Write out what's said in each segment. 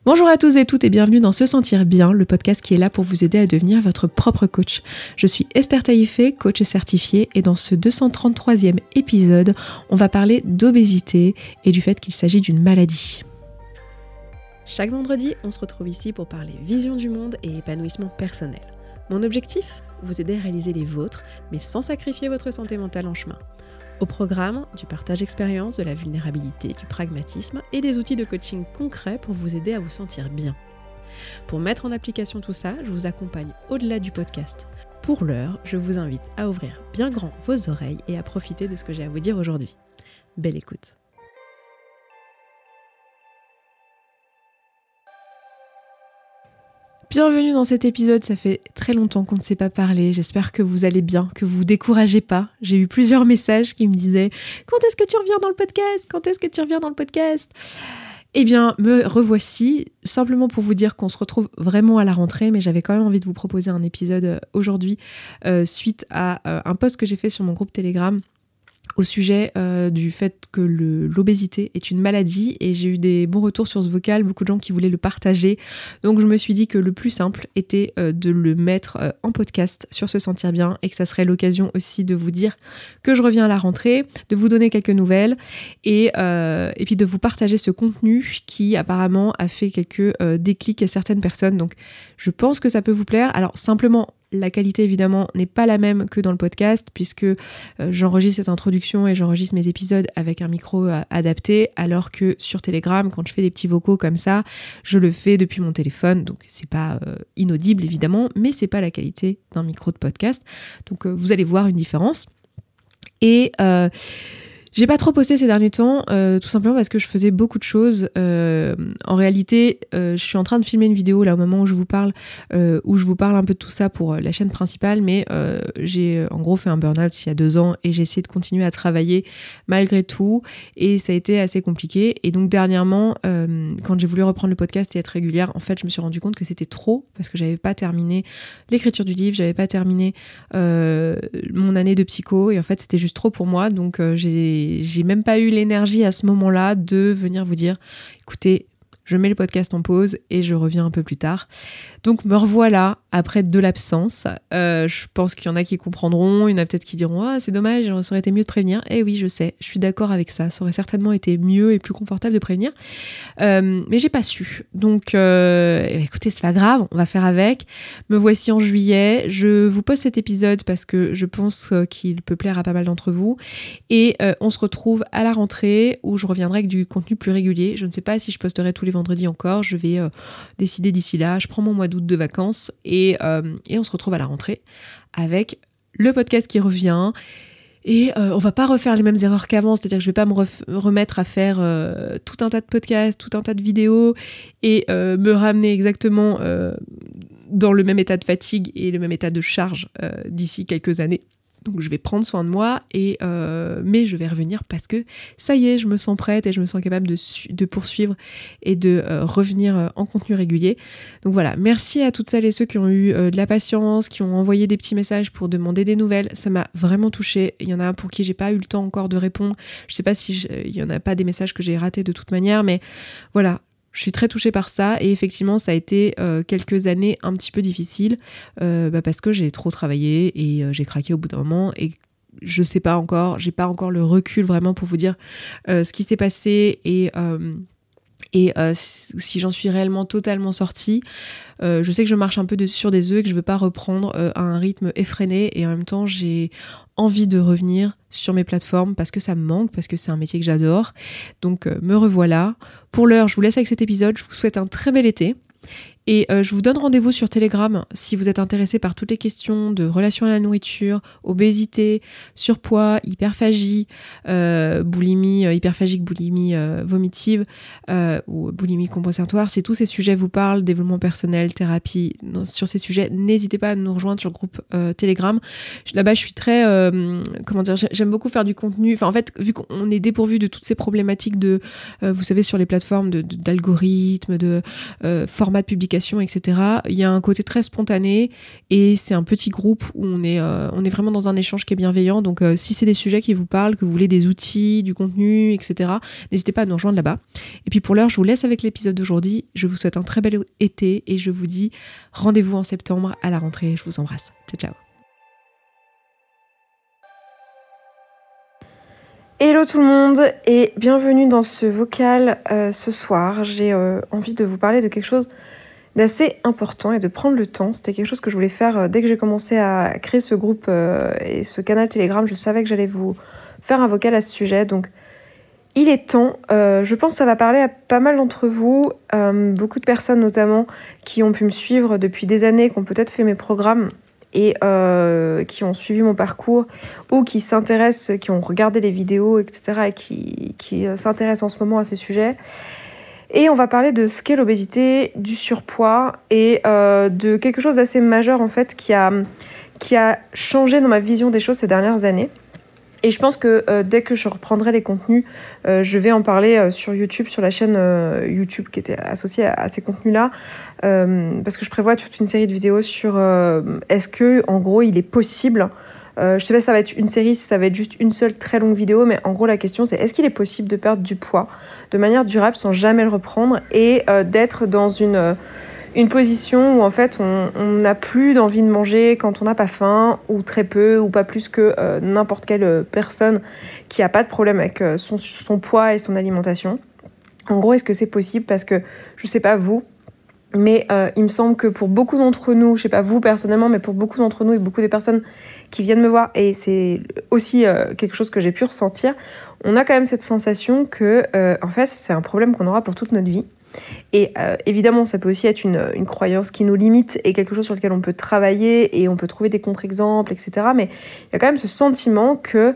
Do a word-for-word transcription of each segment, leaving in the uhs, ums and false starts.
Bonjour à tous et toutes et bienvenue dans Se Sentir Bien, le podcast qui est là pour vous aider à devenir votre propre coach. Je suis Esther Taïfé, coach certifiée, et dans ce deux cent trente-troisième épisode, on va parler d'obésité et du fait qu'il s'agit d'une maladie. Chaque vendredi, on se retrouve ici pour parler vision du monde et épanouissement personnel. Mon objectif ? Vous aider à réaliser les vôtres, mais sans sacrifier votre santé mentale en chemin. Au programme, du partage d'expérience, de la vulnérabilité, du pragmatisme et des outils de coaching concrets pour vous aider à vous sentir bien. Pour mettre en application tout ça, je vous accompagne au-delà du podcast. Pour l'heure, je vous invite à ouvrir bien grand vos oreilles et à profiter de ce que j'ai à vous dire aujourd'hui. Belle écoute. Bienvenue dans cet épisode, ça fait très longtemps qu'on ne s'est pas parlé, j'espère que vous allez bien, que vous vous découragez pas. J'ai eu plusieurs messages qui me disaient « Quand est-ce que tu reviens dans le podcast ? Quand est-ce que tu reviens dans le podcast ?» Eh bien, me revoici, simplement pour vous dire qu'on se retrouve vraiment à la rentrée, mais j'avais quand même envie de vous proposer un épisode aujourd'hui euh, suite à euh, un post que j'ai fait sur mon groupe Telegram au sujet euh, du fait que le, l'obésité est une maladie, et j'ai eu des bons retours sur ce vocal, beaucoup de gens qui voulaient le partager. Donc je me suis dit que le plus simple était euh, de le mettre euh, en podcast sur Se Sentir Bien, et que ça serait l'occasion aussi de vous dire que je reviens à la rentrée, de vous donner quelques nouvelles, et, euh, et puis de vous partager ce contenu qui apparemment a fait quelques euh, déclics à certaines personnes. Donc je pense que ça peut vous plaire. Alors simplement, la qualité évidemment n'est pas la même que dans le podcast, puisque euh, j'enregistre cette introduction et j'enregistre mes épisodes avec un micro euh, adapté, alors que sur Telegram, quand je fais des petits vocaux comme ça, je le fais depuis mon téléphone, donc c'est pas euh, inaudible évidemment, mais c'est pas la qualité d'un micro de podcast. Donc euh, vous allez voir une différence. Et euh, j'ai pas trop posté ces derniers temps, euh, tout simplement parce que je faisais beaucoup de choses. Euh, en réalité, euh, je suis en train de filmer une vidéo là au moment où je vous parle, euh, où je vous parle un peu de tout ça pour euh, la chaîne principale, mais euh, j'ai en gros fait un burn-out il y a deux ans et j'ai essayé de continuer à travailler malgré tout, et ça a été assez compliqué. Et donc dernièrement, euh, quand j'ai voulu reprendre le podcast et être régulière, en fait, je me suis rendu compte que c'était trop, parce que j'avais pas terminé l'écriture du livre, j'avais pas terminé euh, mon année de psycho, et en fait, c'était juste trop pour moi. Donc euh, j'ai J'ai même pas eu l'énergie à ce moment-là de venir vous dire « Écoutez, je mets le podcast en pause et je reviens un peu plus tard. » Donc me revoilà après de l'absence. Euh, je pense qu'il y en a qui comprendront, il y en a peut-être qui diront « Ah, c'est dommage, ça aurait été mieux de prévenir. » Eh oui, je sais, je suis d'accord avec ça. Ça aurait certainement été mieux et plus confortable de prévenir. Euh, mais j'ai pas su. Donc euh, écoutez, c'est pas grave, on va faire avec. Me voici en juillet. Je vous pose cet épisode parce que je pense qu'il peut plaire à pas mal d'entre vous. Et euh, on se retrouve à la rentrée où je reviendrai avec du contenu plus régulier. Je ne sais pas si je posterai tous les vendredis encore. Je vais euh, décider d'ici là. Je prends mon mois d'août de vacances et, euh, et on se retrouve à la rentrée avec le podcast qui revient. Et euh, on va pas refaire les mêmes erreurs qu'avant, c'est-à-dire que je vais pas me ref- remettre à faire euh, tout un tas de podcasts, tout un tas de vidéos et euh, me ramener exactement euh, dans le même état de fatigue et le même état de charge euh, d'ici quelques années. Donc je vais prendre soin de moi, et euh, mais je vais revenir parce que ça y est, je me sens prête et je me sens capable de, su- de poursuivre et de euh, revenir euh, en contenu régulier. Donc voilà, merci à toutes celles et ceux qui ont eu euh, de la patience, qui ont envoyé des petits messages pour demander des nouvelles. Ça m'a vraiment touchée. Il y en a pour qui j'ai pas eu le temps encore de répondre. Je sais pas si je, il y en a pas des messages que j'ai ratés de toute manière, mais voilà. Je suis très touchée par ça, et effectivement ça a été euh, quelques années un petit peu difficiles euh, bah parce que j'ai trop travaillé et euh, j'ai craqué au bout d'un moment, et je sais pas encore, j'ai pas encore le recul vraiment pour vous dire euh, ce qui s'est passé et euh, et euh, si j'en suis réellement totalement sortie. Euh, je sais que je marche un peu de, sur des œufs et que je veux pas reprendre euh, à un rythme effréné, et en même temps j'ai envie de revenir sur mes plateformes parce que ça me manque, parce que c'est un métier que j'adore. Donc euh, me revoilà. Pour l'heure, je vous laisse avec cet épisode. Je vous souhaite un très bel été. Et euh, je vous donne rendez-vous sur Telegram si vous êtes intéressé par toutes les questions de relation à la nourriture, obésité, surpoids, hyperphagie, euh, boulimie, euh, hyperphagique, boulimie euh, vomitive euh, ou boulimie compensatoire. Si tous ces sujets vous parlent, développement personnel, thérapie, non, sur ces sujets, n'hésitez pas à nous rejoindre sur le groupe euh, Telegram. Là-bas, je suis très, euh, comment dire, j'aime beaucoup faire du contenu. Enfin, en fait, vu qu'on est dépourvu de toutes ces problématiques de, euh, vous savez, sur les plateformes de, de, d'algorithmes, de euh, format format de publication, et cetera. Il y a un côté très spontané et c'est un petit groupe où on est, euh, on est vraiment dans un échange qui est bienveillant. Donc euh, si c'est des sujets qui vous parlent, que vous voulez des outils, du contenu, et cetera, n'hésitez pas à nous rejoindre là-bas. Et puis pour l'heure, je vous laisse avec l'épisode d'aujourd'hui. Je vous souhaite un très bel été et je vous dis rendez-vous en septembre à la rentrée. Je vous embrasse. Ciao, ciao. Hello tout le monde et bienvenue dans ce vocal euh, ce soir. J'ai euh, envie de vous parler de quelque chose d'assez important et de prendre le temps. C'était quelque chose que je voulais faire euh, dès que j'ai commencé à créer ce groupe euh, et ce canal Telegram. Je savais que j'allais vous faire un vocal à ce sujet, donc il est temps. Euh, je pense que ça va parler à pas mal d'entre vous, euh, beaucoup de personnes notamment qui ont pu me suivre depuis des années, qui ont peut-être fait mes programmes et euh, qui ont suivi mon parcours ou qui s'intéressent, qui ont regardé les vidéos, et cetera et qui, qui s'intéressent en ce moment à ces sujets. Et on va parler de ce qu'est l'obésité, du surpoids et euh, de quelque chose d'assez majeur en fait qui a, qui a changé dans ma vision des choses ces dernières années. Et je pense que euh, dès que je reprendrai les contenus, euh, je vais en parler euh, sur YouTube, sur la chaîne euh, YouTube qui était associée à, à ces contenus-là, euh, parce que je prévois toute une série de vidéos sur euh, est-ce que, en gros, il est possible. Euh, je sais pas si ça va être une série, si ça va être juste une seule très longue vidéo, mais en gros la question c'est est-ce qu'il est possible de perdre du poids de manière durable sans jamais le reprendre et euh, d'être dans une euh, une position où en fait on n'a plus d'envie de manger quand on n'a pas faim ou très peu ou pas plus que euh, n'importe quelle personne qui a pas de problème avec euh, son, son poids et son alimentation. En gros, est-ce que c'est possible? Parce que je sais pas vous, mais euh, il me semble que pour beaucoup d'entre nous, je sais pas vous personnellement, mais pour beaucoup d'entre nous et beaucoup des personnes qui viennent me voir, et c'est aussi euh, quelque chose que j'ai pu ressentir, on a quand même cette sensation que euh, en fait c'est un problème qu'on aura pour toute notre vie. Et euh, évidemment, ça peut aussi être une, une croyance qui nous limite et quelque chose sur lequel on peut travailler et on peut trouver des contre-exemples, et cetera. Mais il y a quand même ce sentiment que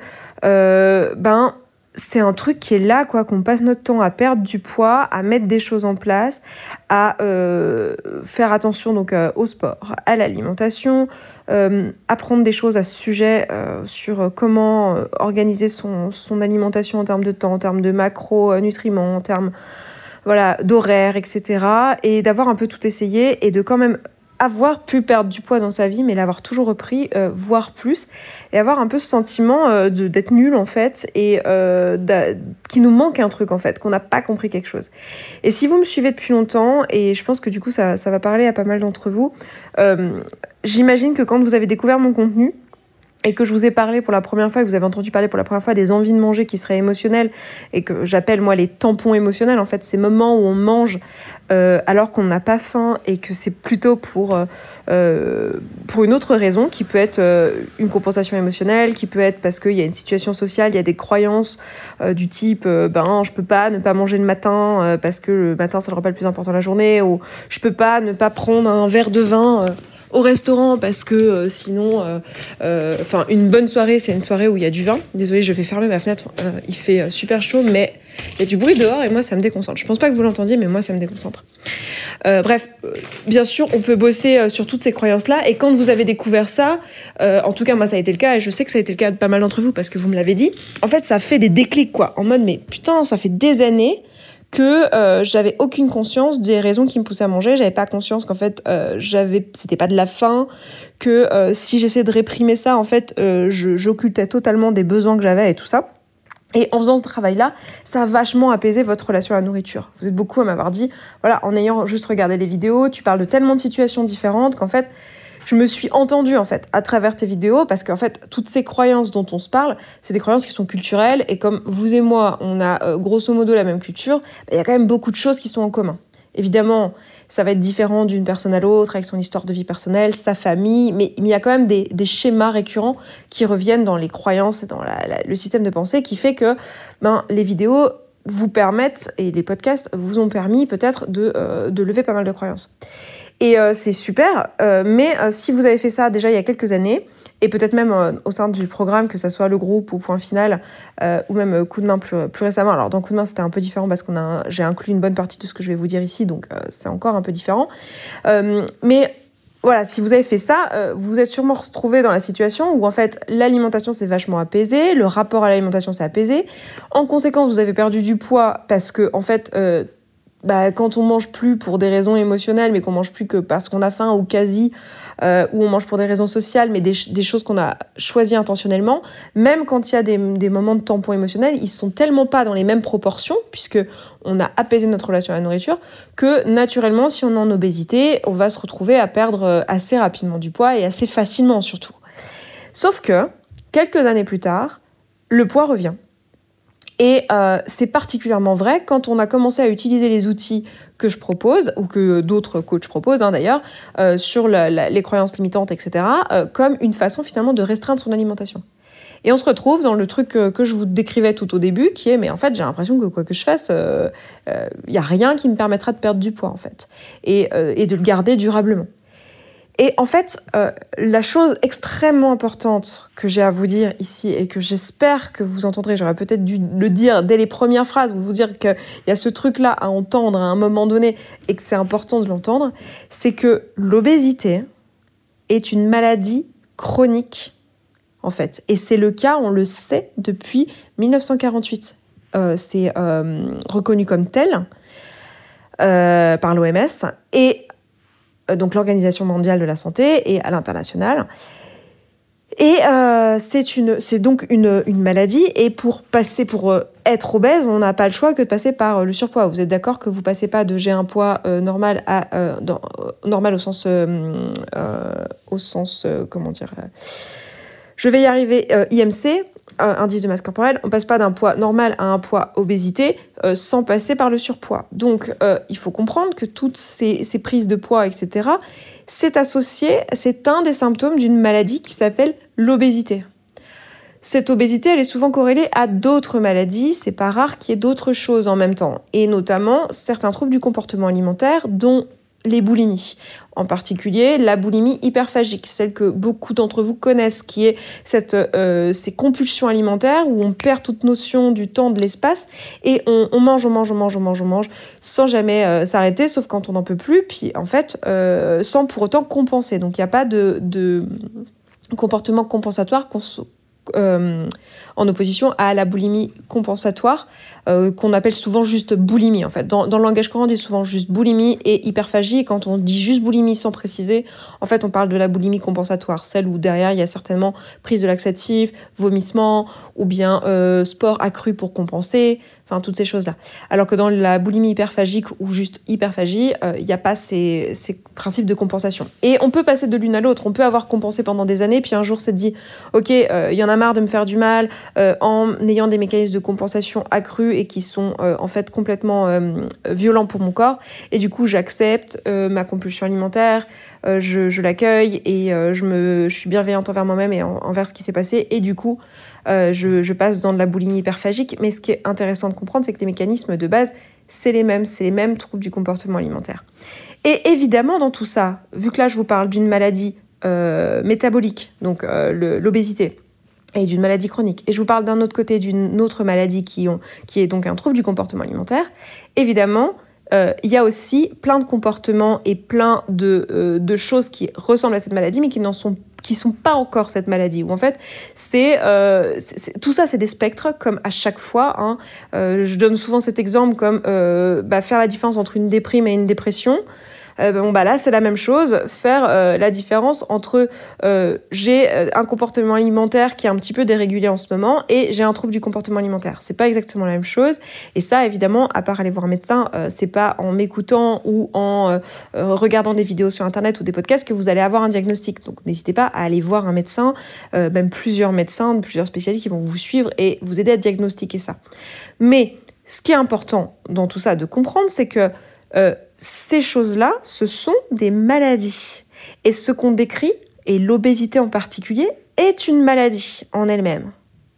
euh, ben, c'est un truc qui est là, quoi, qu'on passe notre temps à perdre du poids, à mettre des choses en place, à euh, faire attention donc, euh, au sport, à l'alimentation, euh, apprendre des choses à ce sujet euh, sur comment euh, organiser son, son alimentation en termes de temps, en termes de macronutriments, en termes voilà, d'horaire, et cetera. Et d'avoir un peu tout essayé et de quand même avoir pu perdre du poids dans sa vie, mais l'avoir toujours repris, euh, voire plus, et avoir un peu ce sentiment euh, de, d'être nul en fait, et euh, qu'il nous manque un truc en fait, qu'on n'a pas compris quelque chose. Et si vous me suivez depuis longtemps, et je pense que du coup ça, ça va parler à pas mal d'entre vous, euh, j'imagine que quand vous avez découvert mon contenu, et que je vous ai parlé pour la première fois, et que vous avez entendu parler pour la première fois des envies de manger qui seraient émotionnelles, et que j'appelle moi les tampons émotionnels, en fait, ces moments où on mange euh, alors qu'on n'a pas faim, et que c'est plutôt pour, euh, pour une autre raison, qui peut être euh, une compensation émotionnelle, qui peut être parce qu'il y a une situation sociale, il y a des croyances euh, du type euh, ben, je peux pas ne pas manger le matin euh, parce que le matin c'est le repas le plus important de la journée, ou je peux pas ne pas prendre un verre de vin euh, au restaurant parce que euh, sinon euh, euh, enfin une bonne soirée c'est une soirée où il y a du vin. Désolée, je vais fermer ma fenêtre, euh, il fait euh, super chaud mais il y a du bruit dehors et moi ça me déconcentre. Je pense pas que vous l'entendiez mais moi ça me déconcentre. Euh, bref, euh, bien sûr on peut bosser euh, sur toutes ces croyances là, et quand vous avez découvert ça, euh, en tout cas moi ça a été le cas et je sais que ça a été le cas de pas mal d'entre vous parce que vous me l'avez dit, en fait ça fait des déclics quoi, en mode mais putain ça fait des années que euh, j'avais aucune conscience des raisons qui me poussaient à manger, j'avais pas conscience qu'en fait euh, j'avais, c'était pas de la faim, que euh, si j'essayais de réprimer ça en fait euh, je, j'occultais totalement des besoins que j'avais et tout ça. Et en faisant ce travail-là, ça a vachement apaisé votre relation à la nourriture. Vous êtes beaucoup à m'avoir dit, voilà, en ayant juste regardé les vidéos, tu parles de tellement de situations différentes qu'en fait je me suis entendue en fait à travers tes vidéos, parce qu'en fait toutes ces croyances dont on se parle, c'est des croyances qui sont culturelles, et comme vous et moi on a euh, grosso modo la même culture, il bah, y a quand même beaucoup de choses qui sont en commun. Évidemment ça va être différent d'une personne à l'autre avec son histoire de vie personnelle, sa famille, mais il y a quand même des, des schémas récurrents qui reviennent dans les croyances et dans la, la, le système de pensée, qui fait que ben, les vidéos vous permettent, et les podcasts vous ont permis peut-être de, euh, de lever pas mal de croyances. Et euh, c'est super, euh, mais euh, si vous avez fait ça déjà il y a quelques années, et peut-être même euh, au sein du programme, que ça soit le groupe ou Point Final, euh, ou même euh, Coup de main plus, plus récemment. Alors dans Coup de main c'était un peu différent parce qu'on a un, j'ai inclus une bonne partie de ce que je vais vous dire ici, donc euh, c'est encore un peu différent. Euh, mais voilà, si vous avez fait ça, euh, vous vous êtes sûrement retrouvé dans la situation où en fait l'alimentation s'est vachement apaisée, le rapport à l'alimentation s'est apaisé. En conséquence, vous avez perdu du poids parce que en fait... Euh, bah, quand on mange plus pour des raisons émotionnelles, mais qu'on mange plus que parce qu'on a faim ou quasi, euh, ou on mange pour des raisons sociales, mais des, des choses qu'on a choisies intentionnellement, même quand il y a des, des moments de tampon émotionnel, ils sont tellement pas dans les mêmes proportions, puisque on a apaisé notre relation à la nourriture, que naturellement, si on est en obésité, on va se retrouver à perdre assez rapidement du poids et assez facilement surtout. Sauf que, quelques années plus tard, le poids revient. Et euh, c'est particulièrement vrai quand on a commencé à utiliser les outils que je propose, ou que d'autres coachs proposent hein, d'ailleurs, euh, sur la, la, les croyances limitantes, et cetera, euh, comme une façon finalement de restreindre son alimentation. Et on se retrouve dans le truc que, que je vous décrivais tout au début, qui est, mais en fait, j'ai l'impression que quoi que je fasse, il euh, n'y euh, a rien qui me permettra de perdre du poids, en fait, et, euh, et de le garder durablement. Et en fait, euh, la chose extrêmement importante que j'ai à vous dire ici et que j'espère que vous entendrez, j'aurais peut-être dû le dire dès les premières phrases, vous dire qu'il y a ce truc-là à entendre à un moment donné et que c'est important de l'entendre, c'est que l'obésité est une maladie chronique, en fait. Et c'est le cas, on le sait, depuis dix-neuf cent quarante-huit. Euh, c'est euh, reconnu comme tel euh, par l'O M S et donc l'Organisation mondiale de la santé et à l'international. Et euh, c'est, une, c'est donc une, une maladie, et pour passer, pour euh, être obèse, on n'a pas le choix que de passer par euh, le surpoids. Vous êtes d'accord que vous passez pas de j'ai un poids euh, normal à euh, dans, euh, normal au sens euh, euh, au sens euh, comment dire euh, je vais y arriver euh, I M C, euh, indice de masse corporelle. On passe pas d'un poids normal à un poids obésité euh, sans passer par le surpoids. Donc euh, il faut comprendre que toutes ces, ces prises de poids, et cetera, c'est associé, c'est un des symptômes d'une maladie qui s'appelle l'obésité. Cette obésité, elle est souvent corrélée à d'autres maladies. C'est pas rare qu'il y ait d'autres choses en même temps, et notamment certains troubles du comportement alimentaire, dont les boulimies. En particulier, la boulimie hyperphagique, celle que beaucoup d'entre vous connaissent, qui est cette, euh, ces compulsions alimentaires où on perd toute notion du temps, de l'espace, et on, on mange, on mange, on mange, on mange, on mange, sans jamais euh, s'arrêter, sauf quand on n'en peut plus, puis en fait, euh, sans pour autant compenser. Donc il n'y a pas de, de comportement compensatoire cons- euh, en opposition à la boulimie compensatoire, euh, qu'on appelle souvent juste boulimie, en fait. Dans, dans le langage courant, on dit souvent juste boulimie et hyperphagie, et quand on dit juste boulimie sans préciser, en fait, on parle de la boulimie compensatoire, celle où derrière, il y a certainement prise de laxatifs, vomissement, ou bien euh, sport accru pour compenser, enfin, toutes ces choses-là. Alors que dans la boulimie hyperphagique ou juste hyperphagie, il euh, n'y a pas ces, ces principes de compensation. Et on peut passer de l'une à l'autre, on peut avoir compensé pendant des années, puis un jour, c'est dit, ok, il euh, y en a marre de me faire du mal, euh, en ayant des mécanismes de compensation accrus et qui sont euh, en fait complètement euh, violents pour mon corps, et du coup j'accepte euh, ma compulsion alimentaire, euh, je, je l'accueille et euh, je, me, je suis bienveillante envers moi-même et en, envers ce qui s'est passé, et du coup euh, je, je passe dans de la boulimie hyperphagique. Mais ce qui est intéressant de comprendre, c'est que les mécanismes de base, c'est les mêmes, c'est les mêmes troubles du comportement alimentaire. Et évidemment, dans tout ça, vu que là je vous parle d'une maladie euh, métabolique, donc euh, le, l'obésité, et d'une maladie chronique, et je vous parle d'un autre côté d'une autre maladie qui, ont, qui est donc un trouble du comportement alimentaire, évidemment, il euh, y a aussi plein de comportements et plein de, euh, de choses qui ressemblent à cette maladie, mais qui n'en sont, qui sont pas encore cette maladie, où en fait, c'est, euh, c'est, c'est, tout ça, c'est des spectres, comme à chaque fois. Hein. Euh, je donne souvent cet exemple comme euh, bah, faire la différence entre une déprime et une dépression. Euh, bon, bah là, c'est la même chose, faire euh, la différence entre euh, j'ai un comportement alimentaire qui est un petit peu dérégulé en ce moment et j'ai un trouble du comportement alimentaire. C'est pas exactement la même chose. Et ça, évidemment, à part aller voir un médecin, euh, c'est pas en m'écoutant ou en euh, regardant des vidéos sur Internet ou des podcasts que vous allez avoir un diagnostic. Donc, n'hésitez pas à aller voir un médecin, euh, même plusieurs médecins, plusieurs spécialistes qui vont vous suivre et vous aider à diagnostiquer ça. Mais ce qui est important dans tout ça de comprendre, c'est que Euh, ces choses-là, ce sont des maladies. Et ce qu'on décrit, et l'obésité en particulier, est une maladie en elle-même. Ok ?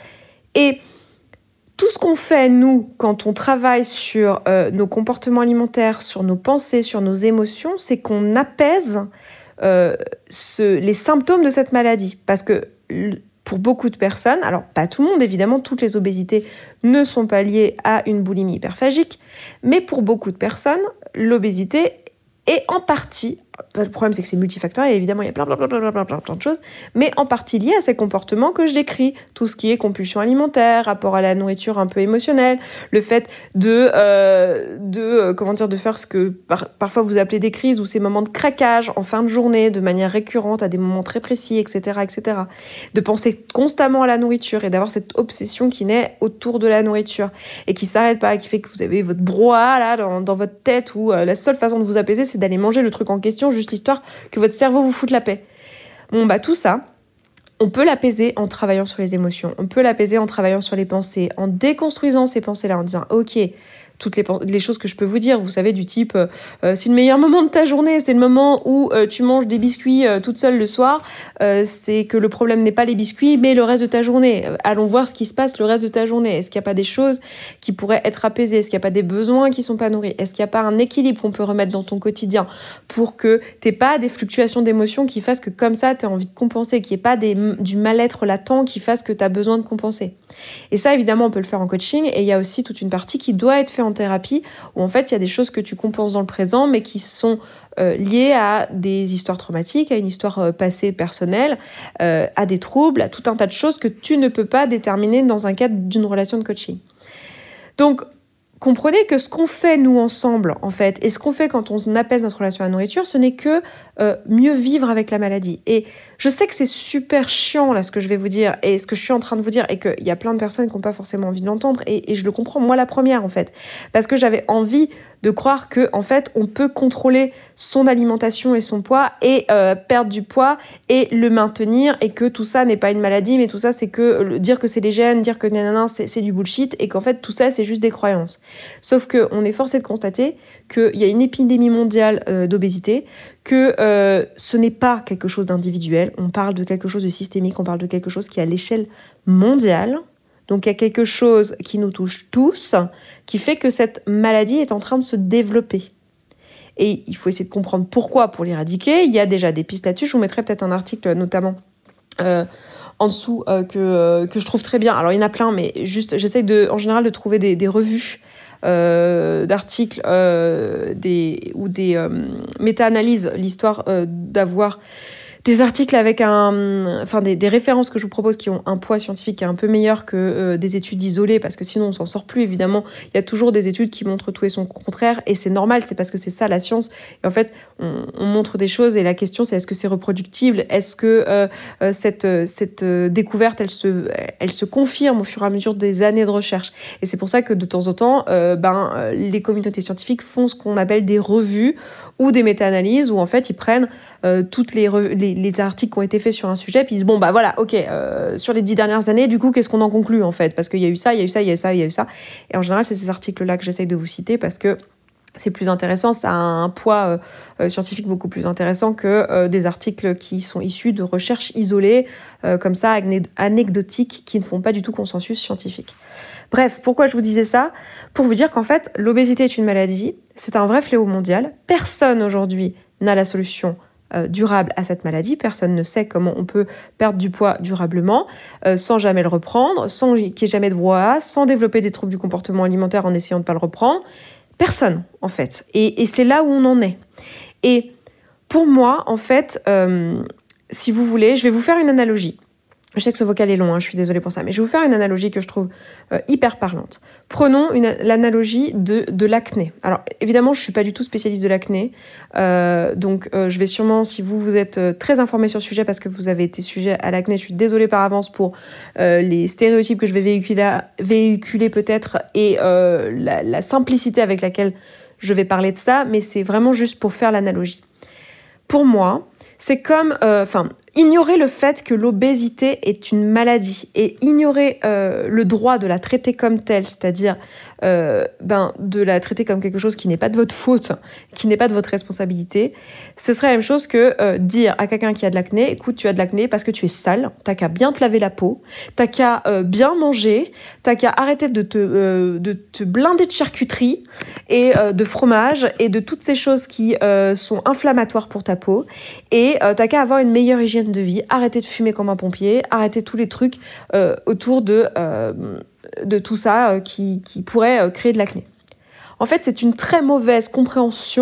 Et tout ce qu'on fait, nous, quand on travaille sur euh, nos comportements alimentaires, sur nos pensées, sur nos émotions, c'est qu'on apaise euh, ce, les symptômes de cette maladie. Parce que pour beaucoup de personnes, alors pas tout le monde évidemment, toutes les obésités ne sont pas liées à une boulimie hyperphagique, mais pour beaucoup de personnes, l'obésité est en partie Le problème, c'est que c'est multifactoriel, évidemment, il y a plein, plein, plein, plein, plein, plein, plein de choses, mais en partie lié à ces comportements que je décris. Tout ce qui est compulsion alimentaire, rapport à la nourriture un peu émotionnelle, le fait de, euh, de, euh, comment dire, de faire ce que par, parfois vous appelez des crises ou ces moments de craquage en fin de journée, de manière récurrente, à des moments très précis, et cetera, et cetera. De penser constamment à la nourriture et d'avoir cette obsession qui naît autour de la nourriture et qui s'arrête pas, qui fait que vous avez votre brouhaha là, dans, dans votre tête où euh, la seule façon de vous apaiser, c'est d'aller manger le truc en question, juste histoire que votre cerveau vous foute la paix. Bon, bah tout ça, on peut l'apaiser en travaillant sur les émotions, on peut l'apaiser en travaillant sur les pensées, en déconstruisant ces pensées-là, en disant « Ok, toutes les, les choses que je peux vous dire, vous savez, du type euh, si le meilleur moment de ta journée, c'est le moment où euh, tu manges des biscuits euh, toute seule le soir, euh, c'est que le problème n'est pas les biscuits, mais le reste de ta journée. Euh, allons voir ce qui se passe le reste de ta journée. Est-ce qu'il n'y a pas des choses qui pourraient être apaisées? Est-ce qu'il n'y a pas des besoins qui ne sont pas nourris? Est-ce qu'il n'y a pas un équilibre qu'on peut remettre dans ton quotidien pour que tu n'aies pas des fluctuations d'émotions qui fassent que comme ça, tu as envie de compenser, qu'il n'y ait pas des, du mal-être latent qui fasse que tu as besoin de compenser? Et ça, évidemment, on peut le faire en coaching, et il y a aussi toute une partie qui doit être faite en thérapie, où en fait il y a des choses que tu compenses dans le présent mais qui sont euh, liées à des histoires traumatiques, à une histoire euh, passée personnelle, euh, à des troubles, à tout un tas de choses que tu ne peux pas déterminer dans un cadre d'une relation de coaching. Donc comprenez que ce qu'on fait nous ensemble en fait, et ce qu'on fait quand on apaise notre relation à la nourriture, ce n'est que euh, mieux vivre avec la maladie. Et je sais que c'est super chiant là ce que je vais vous dire et ce que je suis en train de vous dire, et qu'il y a plein de personnes qui n'ont pas forcément envie de l'entendre, et, et je le comprends, moi la première en fait, parce que j'avais envie de croire que en fait on peut contrôler son alimentation et son poids et euh, perdre du poids et le maintenir, et que tout ça n'est pas une maladie, mais tout ça c'est que euh, dire que c'est les gènes, dire que nanana c'est, c'est du bullshit, et qu'en fait tout ça c'est juste des croyances. Sauf qu'on est forcé de constater qu'il y a une épidémie mondiale euh, d'obésité, que euh, ce n'est pas quelque chose d'individuel, on parle de quelque chose de systémique, on parle de quelque chose qui est à l'échelle mondiale. Donc il y a quelque chose qui nous touche tous, qui fait que cette maladie est en train de se développer. Et il faut essayer de comprendre pourquoi pour l'éradiquer. Il y a déjà des pistes là-dessus. Je vous mettrai peut-être un article notamment euh, en dessous euh, que, euh, que je trouve très bien. Alors il y en a plein, mais juste j'essaie de, en général de trouver des, des revues euh, d'articles euh, des, ou des euh, méta-analyses, l'histoire euh, d'avoir des articles avec un, enfin des, des références que je vous propose qui ont un poids scientifique qui est un peu meilleur que euh, des études isolées, parce que sinon on s'en sort plus. Évidemment, il y a toujours des études qui montrent tout et son contraire, et c'est normal, c'est parce que c'est ça la science. Et en fait, on, on montre des choses, et la question c'est est-ce que c'est reproductible? Est-ce que euh, euh, cette, cette euh, découverte, elle se, elle se confirme au fur et à mesure des années de recherche? Et c'est pour ça que de temps en temps, euh, ben, euh, les communautés scientifiques font ce qu'on appelle des revues ou des méta-analyses, où en fait ils prennent euh, toutes les, re- les, les articles qui ont été faits sur un sujet, puis ils disent bon bah voilà, ok, euh, sur les dix dernières années, du coup qu'est-ce qu'on en conclut en fait, parce qu'il y a eu ça, il y a eu ça, il y a eu ça, il y a eu ça. Et en général c'est ces articles-là que j'essaye de vous citer, parce que c'est plus intéressant, ça a un poids euh, scientifique beaucoup plus intéressant que euh, des articles qui sont issus de recherches isolées, euh, comme ça, anecdotiques, qui ne font pas du tout consensus scientifique. Bref, pourquoi je vous disais ça? Pour vous dire qu'en fait, l'obésité est une maladie, c'est un vrai fléau mondial. Personne aujourd'hui n'a la solution euh, durable à cette maladie. Personne ne sait comment on peut perdre du poids durablement, euh, sans jamais le reprendre, sans qu'il n'y ait jamais de brouhaha, sans développer des troubles du comportement alimentaire en essayant de ne pas le reprendre. Personne, en fait. Et, et c'est là où on en est. Et pour moi, en fait, euh, si vous voulez, je vais vous faire une analogie. Je sais que ce vocal est long, hein, je suis désolée pour ça, mais je vais vous faire une analogie que je trouve euh, hyper parlante. Prenons une, l'analogie de, de l'acné. Alors, évidemment, je ne suis pas du tout spécialiste de l'acné, euh, donc euh, je vais sûrement, si vous, vous êtes euh, très informé sur le sujet parce que vous avez été sujet à l'acné, je suis désolée par avance pour euh, les stéréotypes que je vais véhiculer, véhiculer peut-être, et euh, la, la simplicité avec laquelle je vais parler de ça, mais c'est vraiment juste pour faire l'analogie. Pour moi, c'est comme... Enfin... Euh, ignorer le fait que l'obésité est une maladie et ignorer euh, le droit de la traiter comme telle, c'est-à-dire euh, ben, de la traiter comme quelque chose qui n'est pas de votre faute, qui n'est pas de votre responsabilité, ce serait la même chose que euh, dire à quelqu'un qui a de l'acné, écoute, tu as de l'acné parce que tu es sale, t'as qu'à bien te laver la peau, t'as qu'à euh, bien manger, t'as qu'à arrêter de te, euh, de te blinder de charcuterie et euh, de fromage et de toutes ces choses qui euh, sont inflammatoires pour ta peau, et euh, t'as qu'à avoir une meilleure hygiène de vie, arrêter de fumer comme un pompier, arrêter tous les trucs euh, autour de, euh, de tout ça euh, qui, qui pourrait euh, créer de l'acné. En fait, c'est une très mauvaise compréhension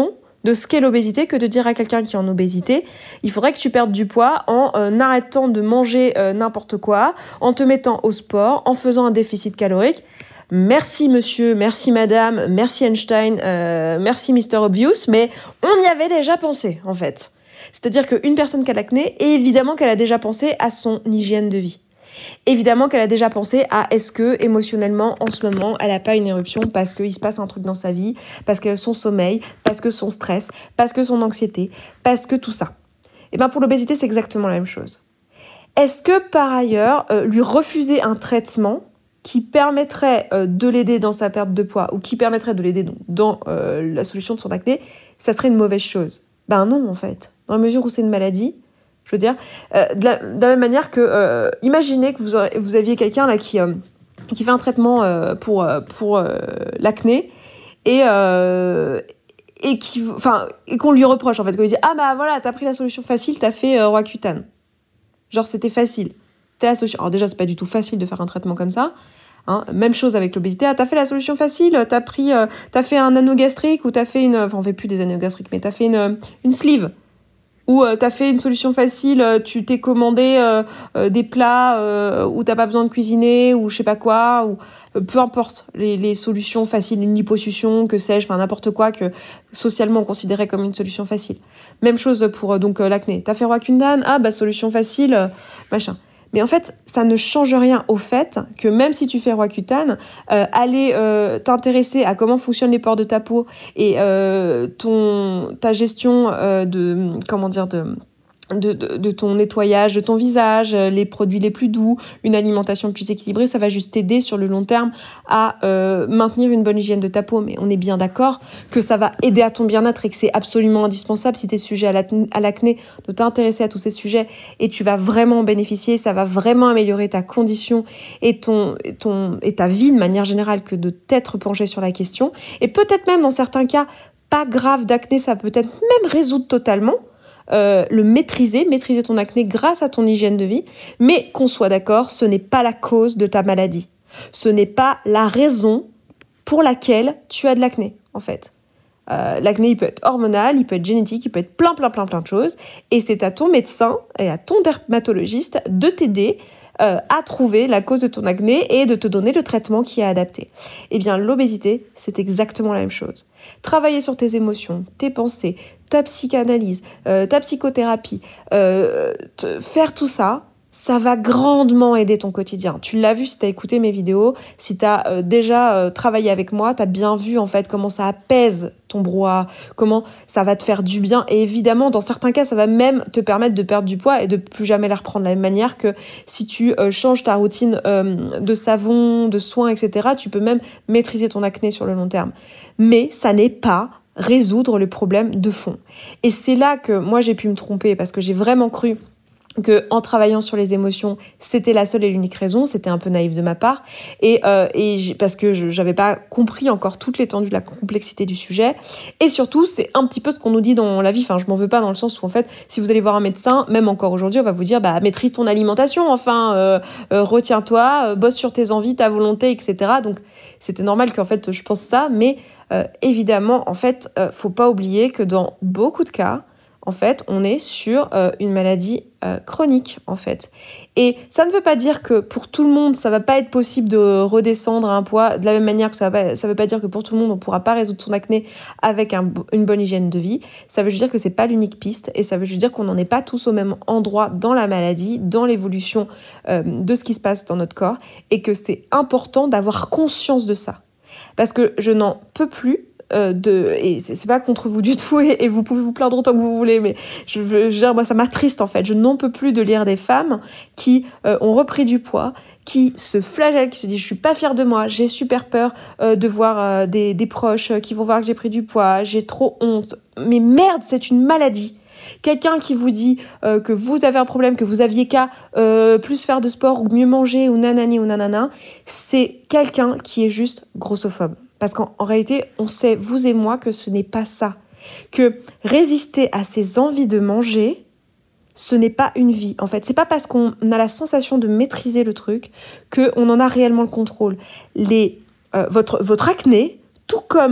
de ce qu'est l'obésité que de dire à quelqu'un qui est en obésité, il faudrait que tu perdes du poids en euh, arrêtant de manger euh, n'importe quoi, en te mettant au sport, en faisant un déficit calorique. Merci monsieur, merci madame, merci Einstein, euh, merci mister Obvious, mais on y avait déjà pensé en fait. C'est-à-dire qu'une personne qui a l'acné, évidemment qu'elle a déjà pensé à son hygiène de vie. Évidemment qu'elle a déjà pensé à est-ce que émotionnellement en ce moment elle n'a pas une éruption parce qu'il se passe un truc dans sa vie, parce que son sommeil, parce que son stress, parce que son anxiété, parce que tout ça. Et bien pour l'obésité c'est exactement la même chose. Est-ce que par ailleurs euh, lui refuser un traitement qui permettrait euh, de l'aider dans sa perte de poids ou qui permettrait de l'aider dans euh, la solution de son acné, ça serait une mauvaise chose? Ben non en fait, dans la mesure où c'est une maladie. Je veux dire, euh, de, la, de la même manière que, euh, imaginez que vous, aurez, vous aviez quelqu'un là qui, euh, qui fait un traitement euh, pour, euh, pour euh, l'acné et, euh, et, qui, et qu'on lui reproche en fait, qu'on lui dit « Ah bah voilà, t'as pris la solution facile, t'as fait euh, Roaccutane. » Genre c'était facile. C'était la solution. Alors déjà, c'est pas du tout facile de faire un traitement comme ça. Hein, même chose avec l'obésité. Ah, t'as fait la solution facile, t'as, pris, euh, t'as fait un anneau gastrique ou t'as fait une... Enfin, on fait plus des anneaux gastriques, mais t'as fait une, une sleeve. Ou euh, t'as fait une solution facile, euh, tu t'es commandé euh, euh, des plats euh, où t'as pas besoin de cuisiner, ou je sais pas quoi, ou euh, peu importe, les, les solutions faciles, une liposuction, que sais-je, enfin n'importe quoi que socialement on considérait comme une solution facile. Même chose pour euh, donc euh, l'acné. T'as fait Roaccutane, ah bah solution facile, euh, machin. Mais en fait, ça ne change rien au fait que même si tu fais Roaccutane, euh, aller euh, t'intéresser à comment fonctionnent les pores de ta peau et euh, ton, ta gestion euh, de, comment dire, de, de, de, de ton nettoyage de ton visage, les produits les plus doux, une alimentation plus équilibrée, ça va juste t'aider sur le long terme à euh, maintenir une bonne hygiène de ta peau. Mais on est bien d'accord que ça va aider à ton bien-être et que c'est absolument indispensable si tu es sujet à, la, à l'acné, de t'intéresser à tous ces sujets et tu vas vraiment en bénéficier, ça va vraiment améliorer ta condition et, ton, ton, et ta vie de manière générale que de t'être penché sur la question. Et peut-être même dans certains cas, pas grave d'acné, ça peut peut-être même résoudre totalement. Euh, le maîtriser, maîtriser ton acné grâce à ton hygiène de vie, mais qu'on soit d'accord, ce n'est pas la cause de ta maladie. Ce n'est pas la raison pour laquelle tu as de l'acné, en fait. Euh, l'acné, il peut être hormonal, il peut être génétique, il peut être plein, plein, plein, plein de choses, et c'est à ton médecin et à ton dermatologiste de t'aider Euh, à trouver la cause de ton acné et de te donner le traitement qui est adapté. Eh bien, l'obésité, c'est exactement la même chose. Travailler sur tes émotions, tes pensées, ta psychanalyse, euh, ta psychothérapie, euh, te, faire tout ça, ça va grandement aider ton quotidien. Tu l'as vu si tu as écouté mes vidéos, si tu as euh, déjà euh, travaillé avec moi, tu as bien vu en fait comment ça apaise ton brouhaha, comment ça va te faire du bien. Et évidemment, dans certains cas, ça va même te permettre de perdre du poids et de plus jamais la reprendre. De la même manière que si tu euh, changes ta routine euh, de savon, de soins, et cetera, tu peux même maîtriser ton acné sur le long terme. Mais ça n'est pas résoudre le problème de fond. Et c'est là que moi, j'ai pu me tromper parce que j'ai vraiment cru que en travaillant sur les émotions, c'était la seule et l'unique raison. C'était un peu naïf de ma part, et, euh, et j'ai, parce que je n'avais pas compris encore toute l'étendue de la complexité du sujet. Et surtout, c'est un petit peu ce qu'on nous dit dans la vie. Enfin, je m'en veux pas dans le sens où, en fait, si vous allez voir un médecin, même encore aujourd'hui, on va vous dire, bah, maîtrise ton alimentation, enfin, euh, euh, retiens-toi, euh, bosse sur tes envies, ta volonté, et cetera. Donc, c'était normal qu'en fait, je pense ça, mais euh, évidemment, en fait, euh, faut pas oublier que dans beaucoup de cas, en fait, on est sur euh, une maladie euh, chronique, en fait. Et ça ne veut pas dire que pour tout le monde, ça va pas être possible de redescendre à un poids, de la même manière que ça va pas, ça veut pas dire que pour tout le monde, on pourra pas résoudre son acné avec un, une bonne hygiène de vie. Ça veut juste dire que c'est pas l'unique piste, et ça veut juste dire qu'on n'en est pas tous au même endroit dans la maladie, dans l'évolution euh, de ce qui se passe dans notre corps, et que c'est important d'avoir conscience de ça. Parce que je n'en peux plus Euh, de, et c'est, c'est pas contre vous du tout, et, et vous pouvez vous plaindre autant que vous voulez, mais je veux dire, moi ça m'attriste en fait. Je n'en peux plus de lire des femmes qui euh, ont repris du poids, qui se flagellent, qui se disent je suis pas fière de moi, j'ai super peur euh, de voir euh, des, des proches qui vont voir que j'ai pris du poids, j'ai trop honte. Mais merde, c'est une maladie. Quelqu'un qui vous dit euh, que vous avez un problème, que vous aviez qu'à euh, plus faire de sport ou mieux manger ou nanani ou nanana, c'est quelqu'un qui est juste grossophobe. Parce qu'en en réalité, on sait, vous et moi, que ce n'est pas ça. Que résister à ses envies de manger, ce n'est pas une vie. En fait, c'est pas parce qu'on a la sensation de maîtriser le truc qu'on en a réellement le contrôle. Les, euh, votre, votre acné, tout comme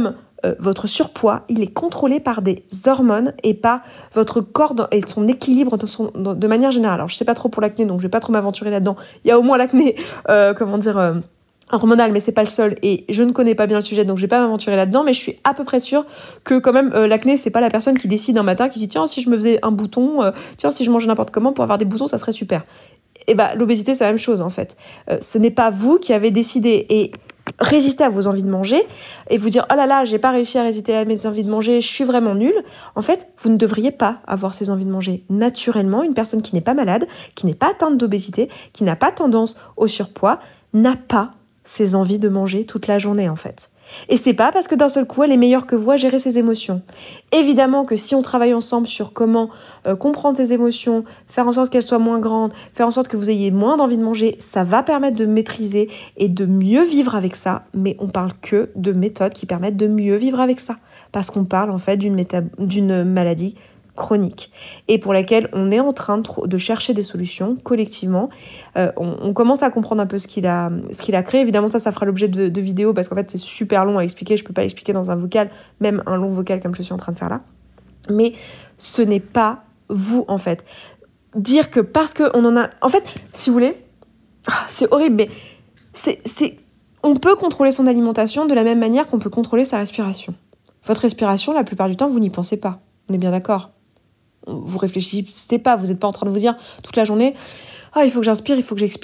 euh, votre surpoids, il est contrôlé par des hormones et pas votre corps dans, et son équilibre de, son, de, de manière générale. Alors, je sais pas trop pour l'acné, donc je vais pas trop m'aventurer là-dedans. Il y a au moins l'acné, euh, comment dire... Euh, hormonal, mais c'est pas le seul et je ne connais pas bien le sujet, donc je vais pas m'aventurer là-dedans, mais je suis à peu près sûre que quand même euh, l'acné, c'est pas la personne qui décide un matin, qui dit tiens, si je me faisais un bouton, euh, tiens, si je mangeais n'importe comment pour avoir des boutons, ça serait super. Et bah l'obésité, c'est la même chose en fait. Euh, ce n'est pas vous qui avez décidé et résister à vos envies de manger et vous dire oh là là, j'ai pas réussi à résister à mes envies de manger, je suis vraiment nulle. En fait, vous ne devriez pas avoir ces envies de manger. Naturellement, une personne qui n'est pas malade, qui n'est pas atteinte d'obésité, qui n'a pas tendance au surpoids, n'a pas ses envies de manger toute la journée en fait. Et c'est pas parce que d'un seul coup elle est meilleure que vous à gérer ses émotions. Évidemment que si on travaille ensemble sur comment euh, comprendre ses émotions, faire en sorte qu'elles soient moins grandes, faire en sorte que vous ayez moins d'envie de manger, ça va permettre de maîtriser et de mieux vivre avec ça, mais on parle que de méthodes qui permettent de mieux vivre avec ça, parce qu'on parle en fait d'une, méta- d'une maladie chronique et pour laquelle on est en train de, tr- de chercher des solutions collectivement. Euh, on, on commence à comprendre un peu ce qu'il a, ce qu'il a créé. Évidemment, ça, ça fera l'objet de, de vidéos parce qu'en fait, c'est super long à expliquer. Je peux pas l'expliquer dans un vocal, même un long vocal comme je suis en train de faire là. Mais ce n'est pas vous, en fait. Dire que parce qu'on en a... En fait, si vous voulez, c'est horrible, mais c'est, c'est... on peut contrôler son alimentation de la même manière qu'on peut contrôler sa respiration. Votre respiration, la plupart du temps, vous n'y pensez pas. On est bien d'accord. Vous réfléchissez pas, vous n'êtes pas en train de vous dire toute la journée « Ah, il faut que j'inspire, il faut que j'expire. »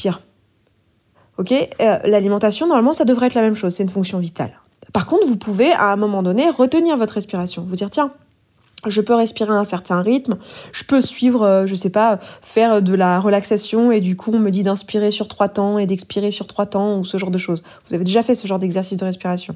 Ok, euh, l'alimentation, normalement, ça devrait être la même chose, c'est une fonction vitale. Par contre, vous pouvez, à un moment donné, retenir votre respiration. Vous dire « Tiens, je peux respirer à un certain rythme, je peux suivre, euh, je sais pas, faire de la relaxation et du coup, on me dit d'inspirer sur trois temps et d'expirer sur trois temps ou ce genre de choses. » Vous avez déjà fait ce genre d'exercice de respiration.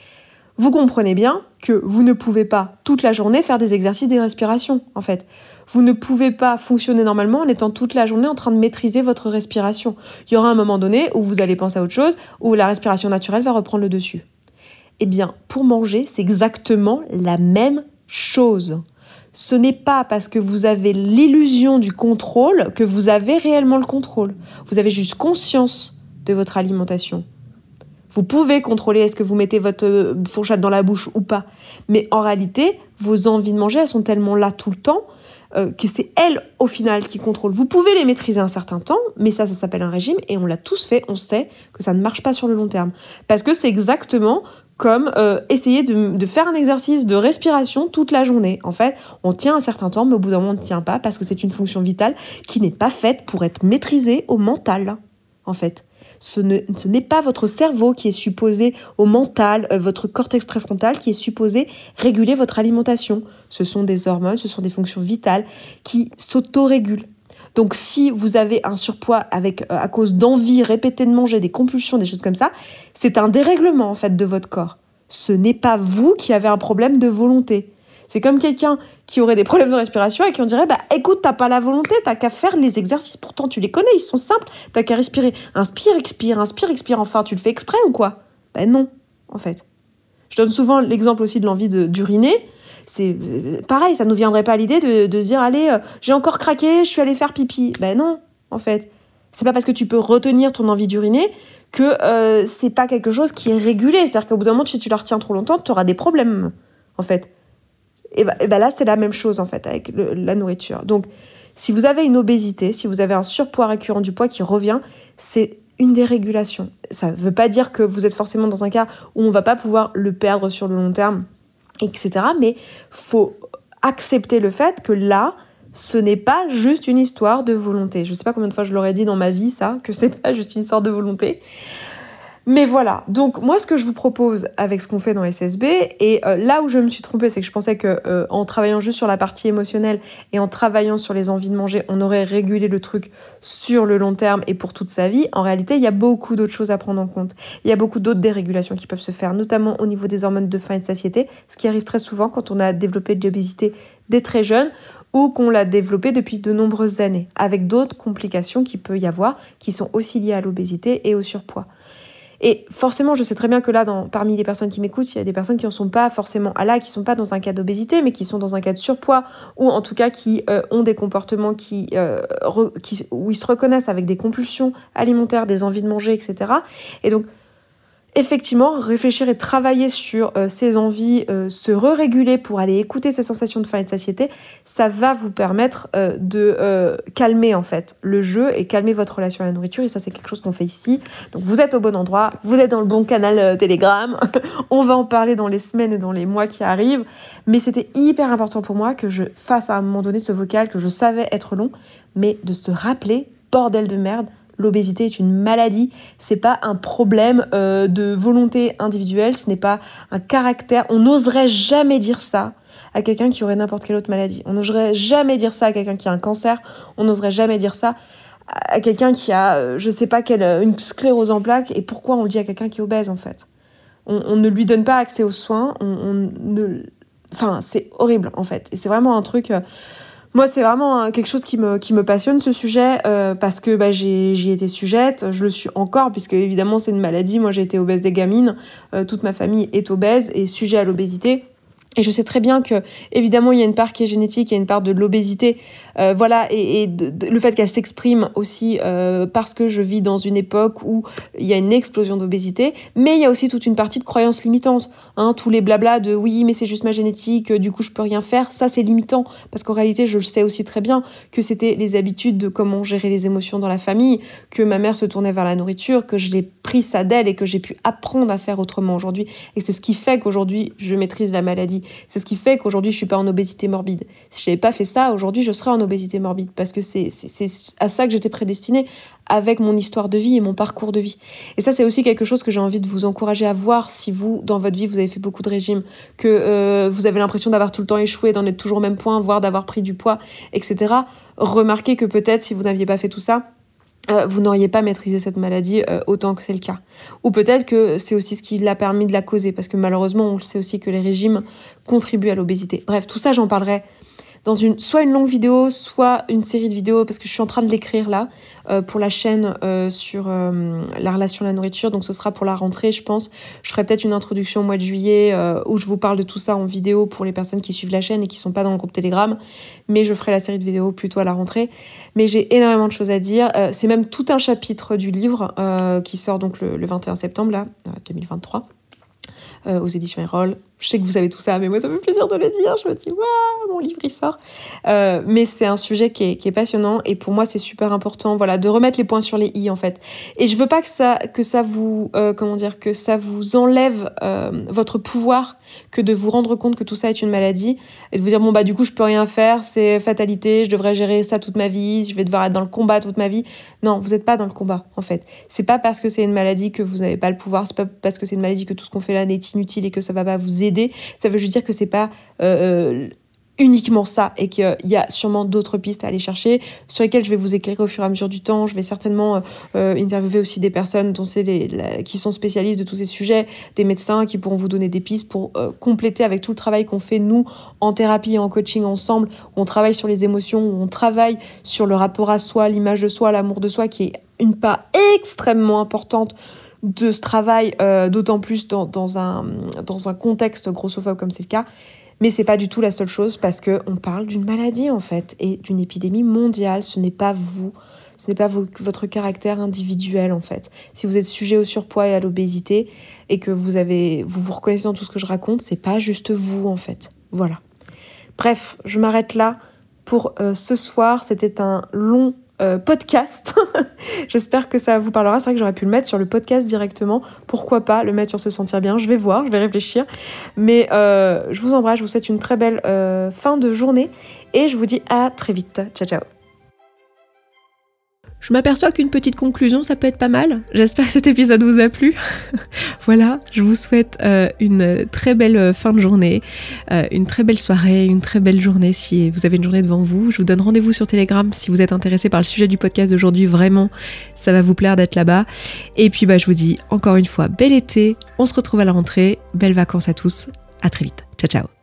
Vous comprenez bien que vous ne pouvez pas toute la journée faire des exercices de respiration, en fait. Vous ne pouvez pas fonctionner normalement en étant toute la journée en train de maîtriser votre respiration. Il y aura un moment donné où vous allez penser à autre chose, où la respiration naturelle va reprendre le dessus. Eh bien, pour manger, c'est exactement la même chose. Ce n'est pas parce que vous avez l'illusion du contrôle que vous avez réellement le contrôle. Vous avez juste conscience de votre alimentation. Vous pouvez contrôler est-ce que vous mettez votre fourchette dans la bouche ou pas. Mais en réalité, vos envies de manger, elles sont tellement là tout le temps euh, que c'est elles, au final, qui contrôlent. Vous pouvez les maîtriser un certain temps, mais ça, ça s'appelle un régime et on l'a tous fait. On sait que ça ne marche pas sur le long terme. Parce que c'est exactement comme euh, essayer de, de faire un exercice de respiration toute la journée. En fait, on tient un certain temps, mais au bout d'un moment, on ne tient pas parce que c'est une fonction vitale qui n'est pas faite pour être maîtrisée au mental, en fait. Ce, ne, ce n'est pas votre cerveau qui est supposé au mental, euh, votre cortex préfrontal qui est supposé réguler votre alimentation. Ce sont des hormones, ce sont des fonctions vitales qui s'autorégulent. Donc si vous avez un surpoids avec, euh, à cause d'envie répétée de manger, des compulsions, des choses comme ça, c'est un dérèglement en fait de votre corps. Ce n'est pas vous qui avez un problème de volonté. C'est comme quelqu'un qui aurait des problèmes de respiration et qui on dirait bah écoute, t'as pas la volonté, t'as qu'à faire les exercices, pourtant tu les connais, ils sont simples, t'as qu'à respirer. Inspire, expire, inspire, expire, enfin tu le fais exprès ou quoi ? Ben non, en fait. Je donne souvent l'exemple aussi de l'envie de, d'uriner. C'est pareil, ça nous viendrait pas à l'idée de, de se dire allez, euh, j'ai encore craqué, je suis allée faire pipi. Ben non, en fait. C'est pas parce que tu peux retenir ton envie d'uriner que euh, c'est pas quelque chose qui est régulé. C'est-à-dire qu'au bout d'un moment, si tu la retiens trop longtemps, tu auras des problèmes, en fait. Et ben, et ben là, c'est la même chose, en fait, avec le, la nourriture. Donc, si vous avez une obésité, si vous avez un surpoids récurrent du poids qui revient, c'est une dérégulation. Ça ne veut pas dire que vous êtes forcément dans un cas où on ne va pas pouvoir le perdre sur le long terme, et cetera. Mais il faut accepter le fait que là, ce n'est pas juste une histoire de volonté. Je ne sais pas combien de fois je l'aurais dit dans ma vie, ça, que ce n'est pas juste une histoire de volonté. Mais voilà, donc moi ce que je vous propose avec ce qu'on fait dans S S B, et euh, là où je me suis trompée, c'est que je pensais que euh, en travaillant juste sur la partie émotionnelle et en travaillant sur les envies de manger, on aurait régulé le truc sur le long terme et pour toute sa vie. En réalité, il y a beaucoup d'autres choses à prendre en compte. Il y a beaucoup d'autres dérégulations qui peuvent se faire, notamment au niveau des hormones de faim et de satiété, ce qui arrive très souvent quand on a développé de l'obésité dès très jeune ou qu'on l'a développé depuis de nombreuses années, avec d'autres complications qu'il peut y avoir, qui sont aussi liées à l'obésité et au surpoids. Et forcément, je sais très bien que là, dans, parmi les personnes qui m'écoutent, il y a des personnes qui n'en sont pas forcément à là, qui ne sont pas dans un cas d'obésité, mais qui sont dans un cas de surpoids, ou en tout cas qui euh, ont des comportements qui, euh, re, qui, où ils se reconnaissent avec des compulsions alimentaires, des envies de manger, et cetera. Et donc, effectivement, réfléchir et travailler sur euh, ses envies, euh, se re-réguler pour aller écouter ses sensations de faim et de satiété, ça va vous permettre euh, de euh, calmer en fait le jeu et calmer votre relation à la nourriture. Et ça, c'est quelque chose qu'on fait ici. Donc vous êtes au bon endroit, vous êtes dans le bon canal euh, Telegram. On va en parler dans les semaines et dans les mois qui arrivent. Mais c'était hyper important pour moi que je fasse à un moment donné ce vocal que je savais être long, mais de se rappeler, bordel de merde, l'obésité est une maladie, c'est pas un problème euh, de volonté individuelle, ce n'est pas un caractère. On n'oserait jamais dire ça à quelqu'un qui aurait n'importe quelle autre maladie. On n'oserait jamais dire ça à quelqu'un qui a un cancer. On n'oserait jamais dire ça à quelqu'un qui a, euh, je sais pas quelle, une sclérose en plaques. Et pourquoi on le dit à quelqu'un qui est obèse en fait ? on, on ne lui donne pas accès aux soins. On, on ne... Enfin, c'est horrible en fait. Et c'est vraiment un truc... Euh, Moi, c'est vraiment quelque chose qui me, qui me passionne, ce sujet, euh, parce que bah, j'ai, j'y étais sujette, je le suis encore, puisque évidemment, c'est une maladie. Moi, j'ai été obèse des gamines, euh, toute ma famille est obèse et sujet à l'obésité. Et je sais très bien que, évidemment, il y a une part qui est génétique, il y a une part de l'obésité, euh, voilà, et, et de, de, le fait qu'elle s'exprime aussi euh, parce que je vis dans une époque où il y a une explosion d'obésité, mais il y a aussi toute une partie de croyances limitantes, hein, tous les blablas de oui, mais c'est juste ma génétique, du coup je peux rien faire, ça c'est limitant, parce qu'en réalité, je le sais aussi très bien que c'était les habitudes de comment gérer les émotions dans la famille, que ma mère se tournait vers la nourriture, que je l'ai pris ça d'elle et que j'ai pu apprendre à faire autrement aujourd'hui, et c'est ce qui fait qu'aujourd'hui je maîtrise la maladie. C'est ce qui fait qu'aujourd'hui, je suis pas en obésité morbide. Si je n'avais pas fait ça, aujourd'hui, je serais en obésité morbide parce que c'est, c'est, c'est à ça que j'étais prédestinée avec mon histoire de vie et mon parcours de vie. Et ça, c'est aussi quelque chose que j'ai envie de vous encourager à voir si vous, dans votre vie, vous avez fait beaucoup de régimes, que euh, vous avez l'impression d'avoir tout le temps échoué, d'en être toujours au même point, voire d'avoir pris du poids, et cetera. Remarquez que peut-être, si vous n'aviez pas fait tout ça, Euh, vous n'auriez pas maîtrisé cette maladie euh, autant que c'est le cas. Ou peut-être que c'est aussi ce qui l'a permis de la causer, parce que malheureusement, on le sait aussi que les régimes contribuent à l'obésité. Bref, tout ça, j'en parlerai dans une, soit une longue vidéo, soit une série de vidéos, parce que je suis en train de l'écrire là, euh, pour la chaîne euh, sur euh, la relation à la nourriture, donc ce sera pour la rentrée, je pense. Je ferai peut-être une introduction au mois de juillet, euh, où je vous parle de tout ça en vidéo pour les personnes qui suivent la chaîne et qui sont pas dans le groupe Telegram, mais je ferai la série de vidéos plutôt à la rentrée. Mais j'ai énormément de choses à dire. Euh, c'est même tout un chapitre du livre euh, qui sort donc le, le vingt et un septembre, là, euh, deux mille vingt-trois. Euh, aux éditions Erol. Je sais que vous savez tout ça, mais moi, ça me fait plaisir de le dire. Je me dis, waouh, mon livre, il sort. Euh, mais c'est un sujet qui est, qui est passionnant. Et pour moi, c'est super important, voilà, de remettre les points sur les i, en fait. Et je veux pas que ça, que ça vous, euh, comment dire, que ça vous enlève euh, votre pouvoir, que de vous rendre compte que tout ça est une maladie. Et de vous dire, bon, bah, du coup, je peux rien faire, c'est fatalité, je devrais gérer ça toute ma vie, je vais devoir être dans le combat toute ma vie. Non, vous n'êtes pas dans le combat, en fait. C'est pas parce que c'est une maladie que vous n'avez pas le pouvoir, c'est pas parce que c'est une maladie que tout ce qu'on fait là n'est inutile et que ça va pas vous aider. Ça veut juste dire que c'est pas euh, uniquement ça et qu'il y a sûrement d'autres pistes à aller chercher sur lesquelles je vais vous éclairer au fur et à mesure du temps. Je vais certainement euh, interviewer aussi des personnes dont c'est les, la, qui sont spécialistes de tous ces sujets, des médecins qui pourront vous donner des pistes pour euh, compléter avec tout le travail qu'on fait nous en thérapie et en coaching ensemble, où on travaille sur les émotions, où on travaille sur le rapport à soi, l'image de soi, l'amour de soi, qui est une part extrêmement importante de ce travail, euh, d'autant plus dans, dans, un, dans un contexte grossophobe comme c'est le cas. Mais c'est pas du tout la seule chose, parce qu'on parle d'une maladie en fait, et d'une épidémie mondiale. Ce n'est pas vous, ce n'est pas vos, votre caractère individuel en fait. Si vous êtes sujet au surpoids et à l'obésité, et que vous, avez, vous vous reconnaissez dans tout ce que je raconte, c'est pas juste vous en fait. Voilà. Bref, je m'arrête là pour euh, ce soir. C'était un long Euh, podcast. J'espère que ça vous parlera. C'est vrai que j'aurais pu le mettre sur le podcast directement. Pourquoi pas le mettre sur Se Sentir Bien. Je vais voir, je vais réfléchir. Mais euh, je vous embrasse, je vous souhaite une très belle euh, fin de journée et je vous dis à très vite. Ciao, ciao. Je m'aperçois qu'une petite conclusion, ça peut être pas mal. J'espère que cet épisode vous a plu. Voilà, je vous souhaite euh, une très belle fin de journée, euh, une très belle soirée, une très belle journée si vous avez une journée devant vous. Je vous donne rendez-vous sur Telegram si vous êtes intéressé par le sujet du podcast d'aujourd'hui. Vraiment, ça va vous plaire d'être là-bas. Et puis, bah, je vous dis encore une fois, bel été. On se retrouve à la rentrée. Belles vacances à tous. À très vite. Ciao, ciao.